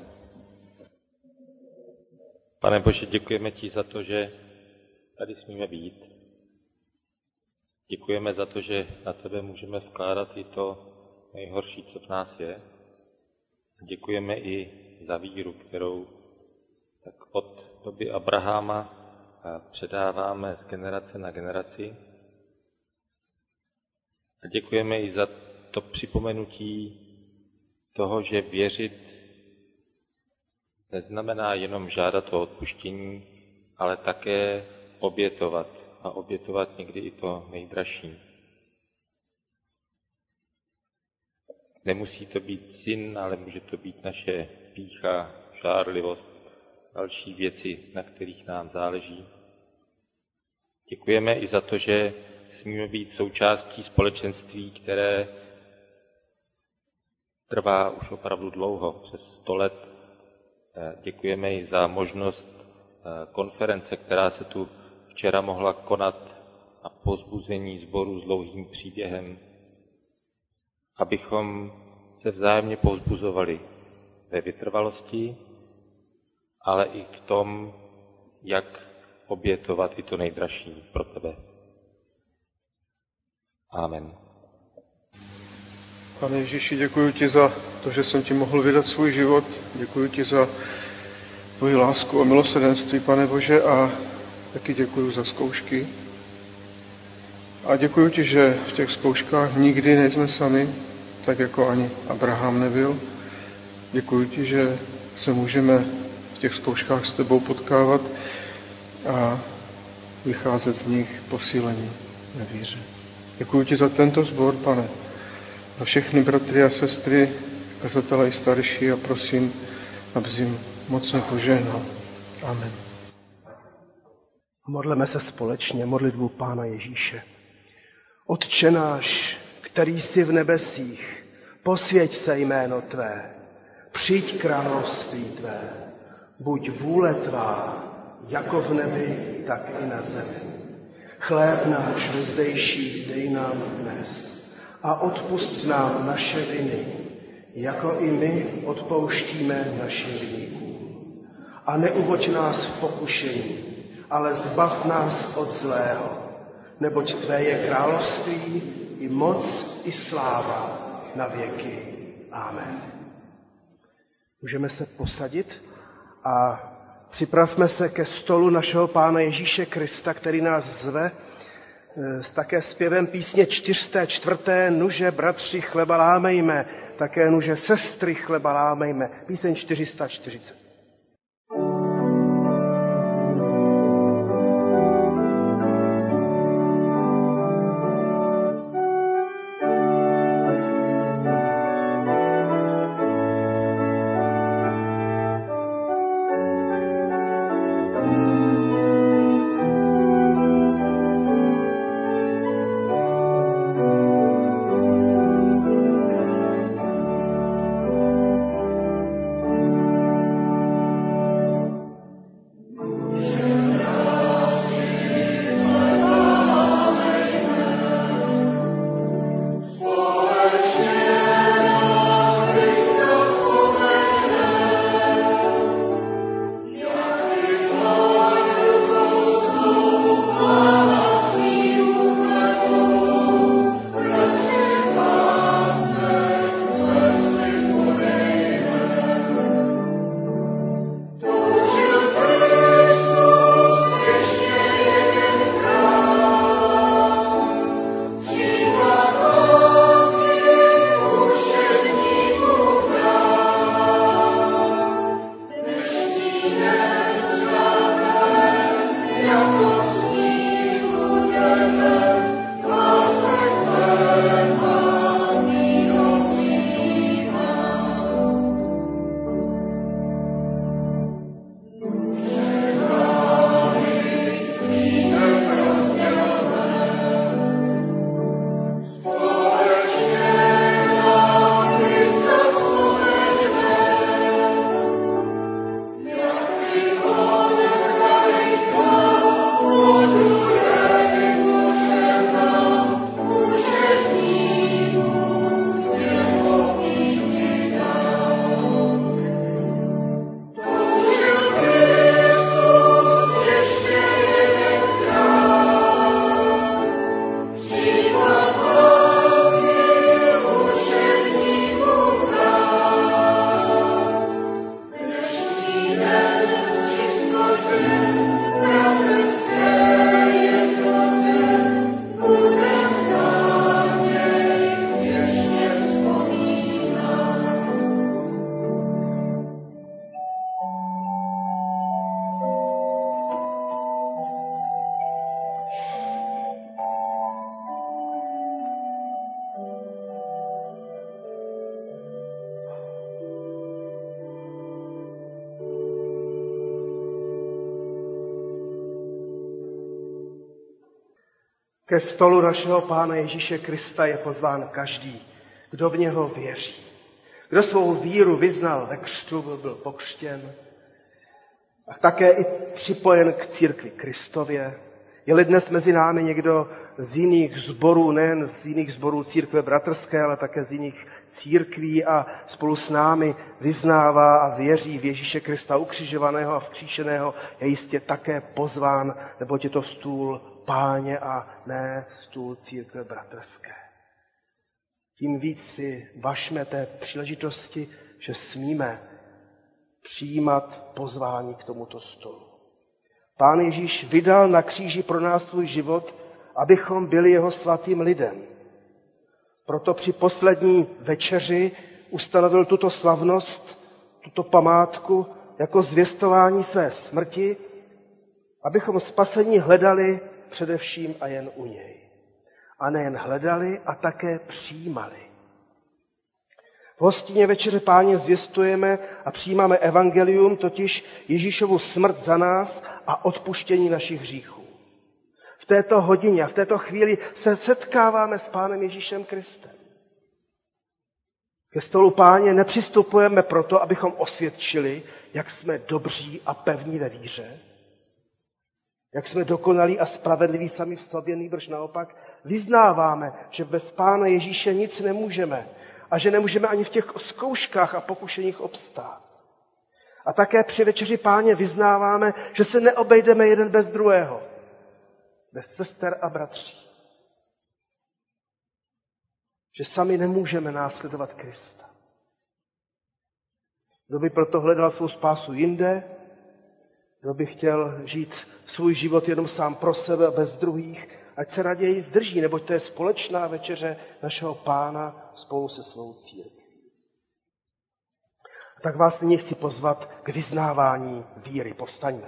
Pane Bože, děkujeme ti za to, že tady smíme být. Děkujeme za to, že na tebe můžeme vkládat i to nejhorší, co v nás je. Děkujeme i za víru, kterou tak od doby Abraháma předáváme z generace na generaci. A děkujeme i za to připomenutí toho, že věřit neznamená jenom žádat o odpuštění, ale také obětovat. A obětovat někdy i to nejdražší. Nemusí to být syn, ale může to být naše pýcha, žárlivost, další věci, na kterých nám záleží. Děkujeme i za to, že smíme být součástí společenství, které trvá už opravdu dlouho, přes sto let. Děkujeme i za možnost konference, která se tu včera mohla konat a povzbuzení sboru s dlouhým příběhem, abychom se vzájemně povzbuzovali ve vytrvalosti, ale i v tom, jak obětovat i to nejdražší pro tebe. Amen. Pane Ježíši, děkuji ti za to, že jsem ti mohl vydat svůj život. Děkuji ti za tvoji lásku a milosrdenství, Pane Bože, a taky děkuji za zkoušky. A děkuji ti, že v těch zkouškách nikdy nejsme sami, tak jako ani Abraham nebyl. Děkuji ti, že se můžeme v těch zkouškách s tebou potkávat a vycházet z nich posílení ve víře. Děkuji ti za tento sbor, Pane, a všechny bratry a sestry, kazatelé i starší, a prosím, abys jim mocně požehnal. Amen. Modleme se společně modlitbu Pána Ježíše. Otče náš, který jsi v nebesích, posvěť se jméno tvé, přijď království tvé, buď vůle tvá, jako v nebi, tak i na zemi. Chléb náš vezdejší dej nám dnes a odpusť nám naše viny, jako i my odpouštíme našim viníkům. A neuvoď nás v pokušení, ale zbav nás od zlého, neboť tvé je království, i moc, i sláva na věky. Amen. Můžeme se posadit a připravme se ke stolu našeho Pána Ježíše Krista, který nás zve s také zpěvem písně čtyři sta čtyři. Nuže bratři chleba lámejme, také nuže sestry chleba lámejme. Píseň čtyři sta čtyřicet. Ke stolu našeho Pána Ježíše Krista je pozván každý, kdo v něho věří. Kdo svou víru vyznal ve křtu, byl pokřtěn a také i připojen k církvi Kristově. Je-li dnes mezi námi někdo z jiných sborů, nejen z jiných sborů církve bratrské, ale také z jiných církví a spolu s námi vyznává a věří v Ježíše Krista ukřižovaného a vzkříšeného, je jistě také pozván, neboť je to stůl Páně a ne stůl církve bratrské. Tím víc si važme té příležitosti, že smíme přijímat pozvání k tomuto stolu. Pán Ježíš vydal na kříži pro nás svůj život, abychom byli jeho svatým lidem. Proto při poslední večeři ustanovil tuto slavnost, tuto památku jako zvěstování své smrti, abychom spasení hledali především a jen u něj. A nejen hledali, a také přijímali. V hostině večeře Páně zvěstujeme a přijímáme evangelium, totiž Ježíšovu smrt za nás a odpuštění našich hříchů. V této hodině a v této chvíli se setkáváme s Pánem Ježíšem Kristem. Ke stolu Páně nepřistupujeme proto, abychom osvědčili, jak jsme dobří a pevní ve víře, jak jsme dokonalí a spravedliví sami v sobě, nýbrž naopak vyznáváme, že bez Pána Ježíše nic nemůžeme a že nemůžeme ani v těch zkouškách a pokušeních obstát. A také při večeři Páně vyznáváme, že se neobejdeme jeden bez druhého, bez sester a bratří. Že sami nemůžeme následovat Krista. Kdo by proto hledal svou spásu jinde, kdo by chtěl žít svůj život jenom sám pro sebe a bez druhých, ať se raději zdrží, neboť to je společná večeře našeho Pána spolu se svou církví. A tak vás nyní chci pozvat k vyznávání víry. Povstaňme.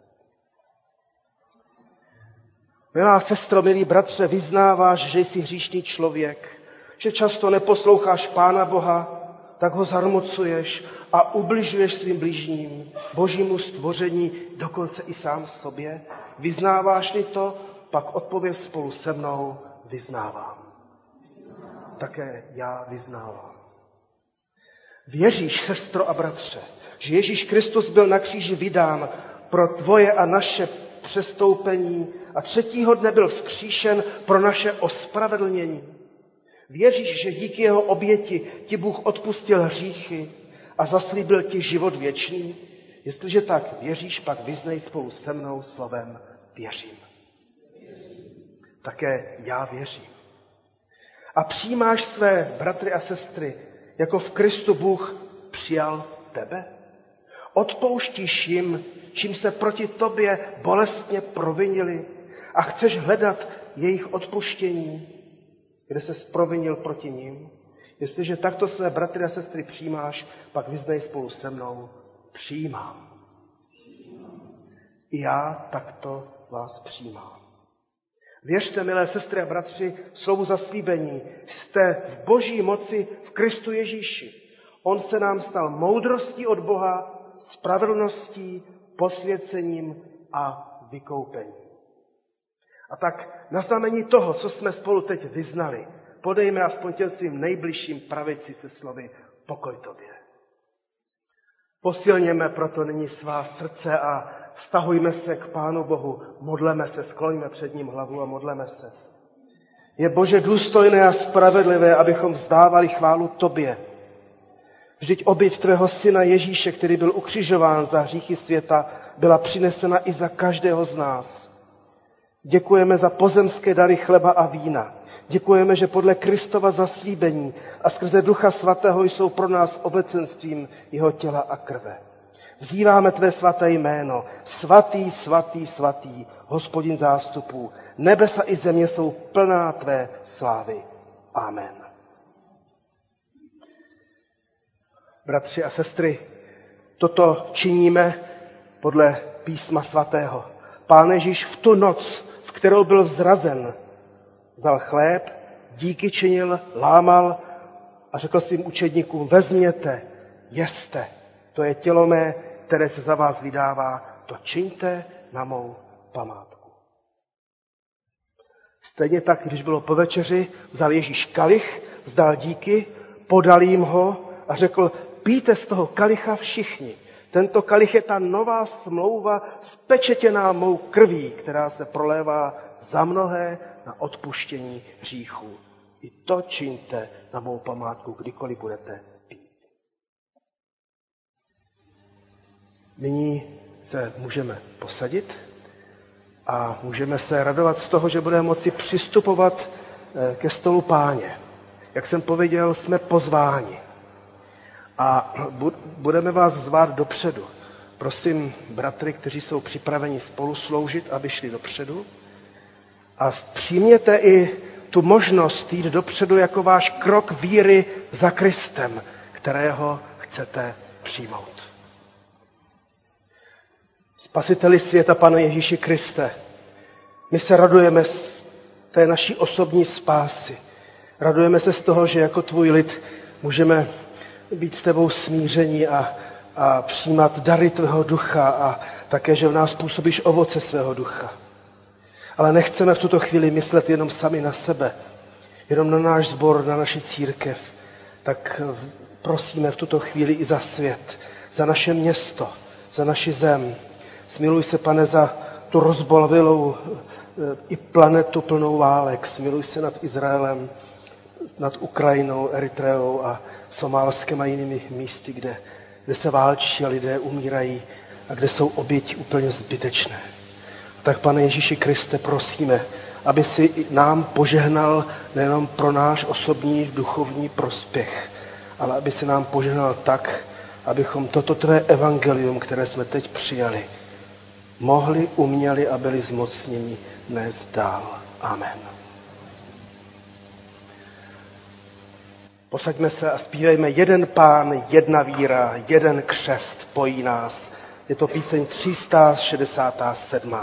Milá sestro, milí bratře, vyznáváš, že jsi hříšný člověk, že často neposloucháš Pána Boha, tak ho zarmocuješ a ubližuješ svým bližním, božímu stvoření, dokonce i sám sobě. Vyznáváš-li to, pak odpověz spolu se mnou, vyznávám. Také já vyznávám. Věříš, sestro a bratře, že Ježíš Kristus byl na kříži vydán pro tvoje a naše přestoupení a třetího dne byl vzkříšen pro naše ospravedlnění. Věříš, že díky jeho oběti ti Bůh odpustil hříchy a zaslíbil ti život věčný? Jestliže tak věříš, pak vyznej spolu se mnou slovem věřím. Také já věřím. A přijímáš své bratry a sestry, jako v Kristu Bůh přijal tebe? Odpouštíš jim, čím se proti tobě bolestně provinili a chceš hledat jejich odpuštění, kde se provinil proti ním? Jestliže takto své bratry a sestry přijímáš, pak vyznej spolu se mnou, přijímám. I já takto vás přijímám. Věřte, milé sestry a bratři, slovu zaslíbení. Jste v boží moci v Kristu Ježíši. On se nám stal moudrostí od Boha, spravedlností, posvěcením a vykoupením. A tak na znamení toho, co jsme spolu teď vyznali, podejme aspoň těm svým nejbližším pravici se slovy pokoj tobě. Posilněme proto nyní svá srdce a vztahujme se k Pánu Bohu, modleme se, skloňme před ním hlavu a modleme se. Je, Bože, důstojné a spravedlivé, abychom vzdávali chválu tobě. Vždyť oběť tvého syna Ježíše, který byl ukřižován za hříchy světa, byla přinesena i za každého z nás. Děkujeme za pozemské dary chleba a vína. Děkujeme, že podle Kristova zaslíbení a skrze Ducha Svatého jsou pro nás obecenstvím jeho těla a krve. Vzýváme tvé svaté jméno. Svatý, svatý, svatý, Hospodin zástupů. Nebesa i země jsou plná tvé slávy. Amen. Bratři a sestry, toto činíme podle písma svatého. Pán Ježíš v tu noc, v kterou byl vzrazen, vzal chléb, díky činil, lámal a řekl svým učedníkům, vezměte, jeste, to je tělo mé, které se za vás vydává, to čiňte na mou památku. Stejně tak, když bylo po večeři, vzal Ježíš kalich, vzdal díky, podal jim ho a řekl, pijte z toho kalicha všichni. Tento kalich je ta nová smlouva spečetěná mou krví, která se prolévá za mnohé na odpuštění hříchů. I to čiňte na mou památku, kdykoliv budete pít. Nyní se můžeme posadit a můžeme se radovat z toho, že budeme moci přistupovat ke stolu Páně. Jak jsem pověděl, jsme pozváni. A budeme vás zvát dopředu. Prosím bratry, kteří jsou připraveni spolu sloužit, aby šli dopředu. A přijměte i tu možnost jít dopředu jako váš krok víry za Kristem, kterého chcete přijmout. Spasiteli světa, Pane Ježíši Kriste, my se radujeme z té naší osobní spásy. Radujeme se z toho, že jako tvůj lid můžeme být s tebou smíření a, a přijímat dary tvého ducha a také, že v nás působíš ovoce svého ducha. Ale nechceme v tuto chvíli myslet jenom sami na sebe, jenom na náš sbor, na naši církev. Tak prosíme v tuto chvíli i za svět, za naše město, za naši zem. Smiluj se, Pane, za tu rozbolvilou i planetu plnou válek. Smiluj se nad Izraelem, nad Ukrajinou, Eritreou a Somálskem a jinými místy, kde, kde se válčí a lidé umírají a kde jsou oběti úplně zbytečné. Tak, Pane Ježíši Kriste, prosíme, aby si nám požehnal nejenom pro náš osobní duchovní prospěch, ale aby si nám požehnal tak, abychom toto tvé evangelium, které jsme teď přijali, mohli, uměli a byli zmocněni nést dál. Amen. Posaďme se a zpívejme jeden Pán, jedna víra, jeden křest pojí nás. Je to píseň tři sta šedesát sedm.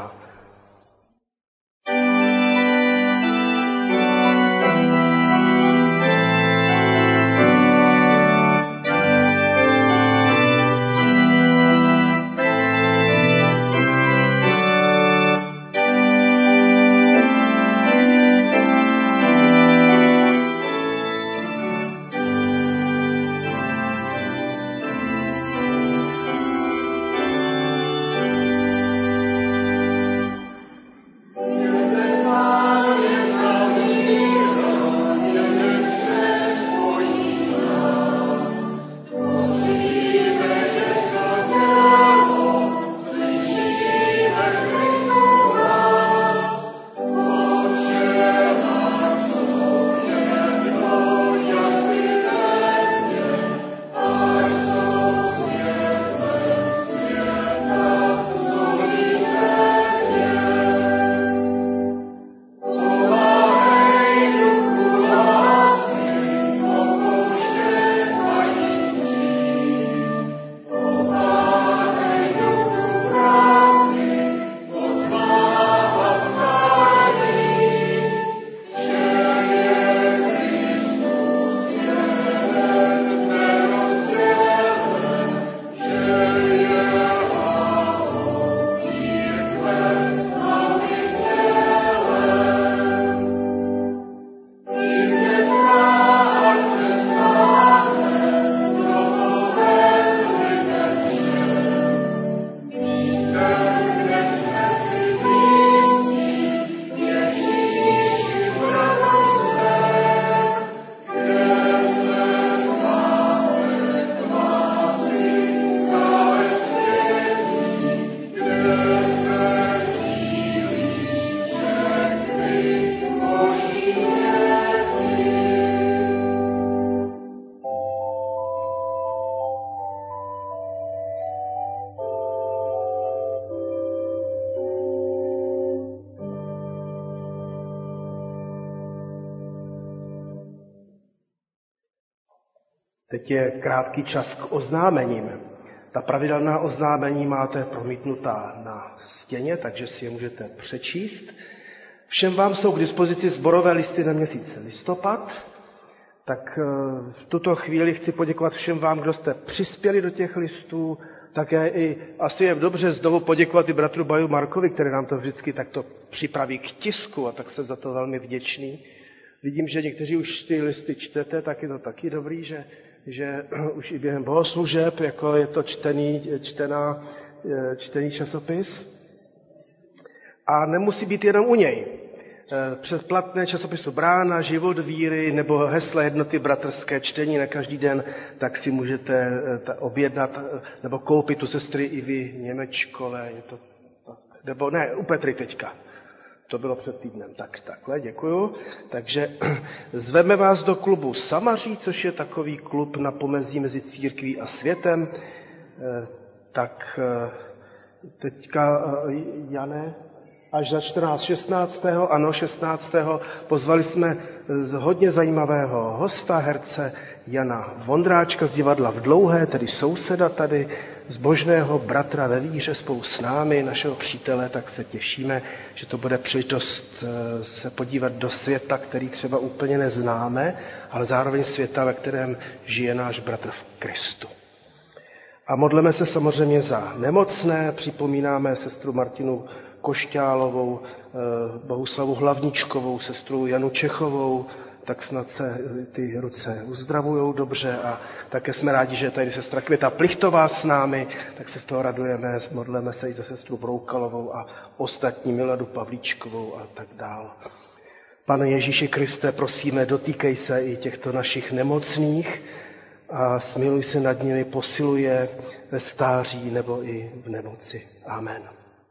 Teď je krátký čas k oznámením. Ta pravidelná oznámení máte promítnutá na stěně, takže si je můžete přečíst. Všem vám jsou k dispozici sborové listy na měsíc listopad, tak v tuto chvíli chci poděkovat všem vám, kdo jste přispěli do těch listů. také i asi je dobře znovu poděkovat i bratru Baju Markovi, který nám to vždycky takto připraví k tisku, a tak jsem za to velmi vděčný. Vidím, že někteří už ty listy čtete, tak je to taky dobrý, že, že už i během bohoslužeb, jako je to čtený, čtená, čtený časopis. A nemusí být jenom u něj. Předplatné časopisu Brána, Život víry nebo Hesla jednoty bratrské čtení na každý den, tak si můžete objednat nebo koupit u sestry Ivy Němečkové. Je to tak, nebo ne, u Petry teďka. To bylo před týdnem. Tak, takhle, děkuju. Takže zveme vás do klubu Samaří, což je takový klub na pomezí mezi církví a světem. Tak teďka, Jane, až za čtrnáct šestnáctého ano, šestnáctého pozvali jsme hodně zajímavého hosta, herce Jana Vondráčka z divadla v Dlouhé, tedy souseda tady, zbožného bratra ve víře spolu s námi, našeho přítele, tak se těšíme, že to bude příležitost se podívat do světa, který třeba úplně neznáme, ale zároveň světa, ve kterém žije náš bratr v Kristu. A modleme se samozřejmě za nemocné, připomínáme sestru Martinu Košťálovou, Bohuslavu Hlavničkovou, sestru Janu Čechovou, tak snad se ty ruce uzdravujou dobře, a také jsme rádi, že je tady sestra Květa Plichtová s námi, tak se z toho radujeme, modleme se i za sestru Broukalovou a ostatní, Miladu Pavlíčkovou a tak dál. Pane Ježíši Kriste, prosíme, dotýkej se i těchto našich nemocných a smiluj se nad nimi, posiluj je ve stáří nebo i v nemoci. Amen.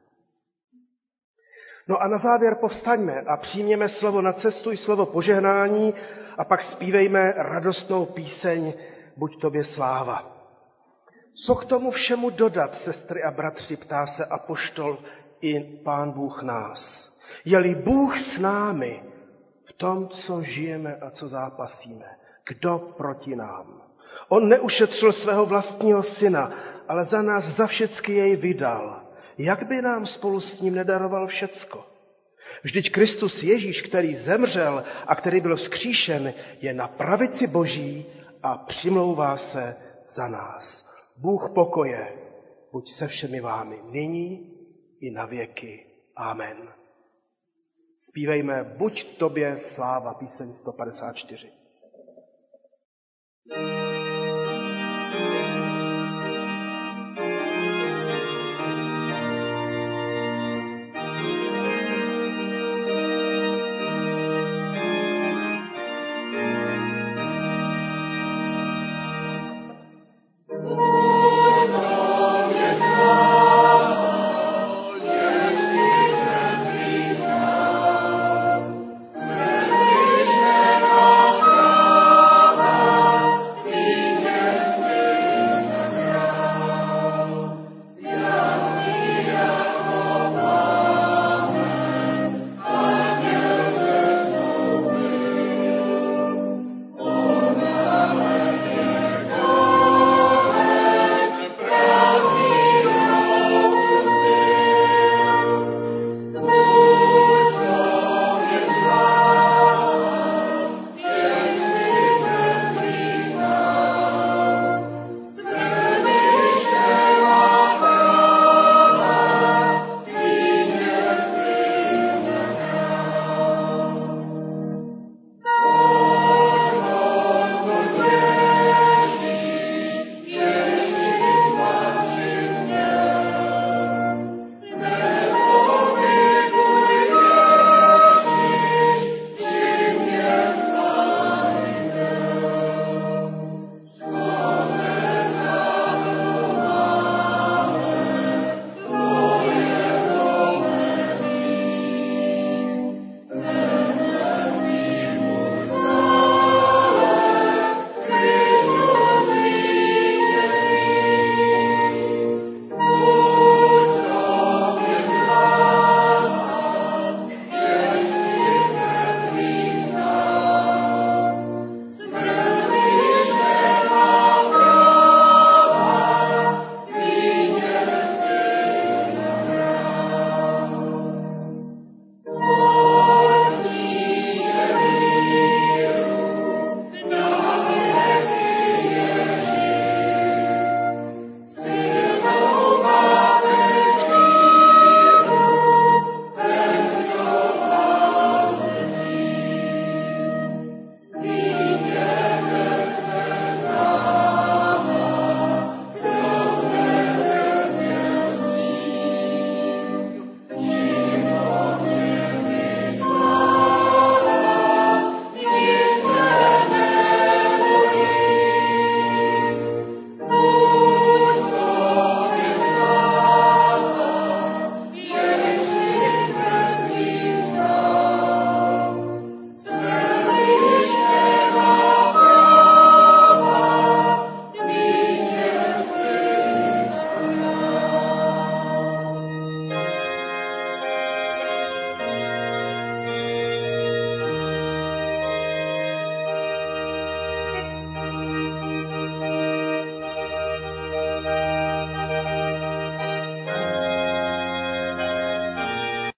No a na závěr povstaňme a přijměme slovo na cestu i slovo požehnání a pak zpívejme radostnou píseň Buď tobě sláva. Co k tomu všemu dodat, sestry a bratři, ptá se apoštol i Pán Bůh nás. Je-li Bůh s námi v tom, co žijeme a co zápasíme, kdo proti nám? On neušetřil svého vlastního syna, ale za nás za všecky jej vydal. Jak by nám spolu s ním nedaroval všecko? Vždyť Kristus Ježíš, který zemřel a který byl vzkříšen, je na pravici Boží a přimlouvá se za nás. Bůh pokoje, buď se všemi vámi nyní i na věky. Amen. Zpívejme Buď tobě sláva, píseň sto padesát čtyři.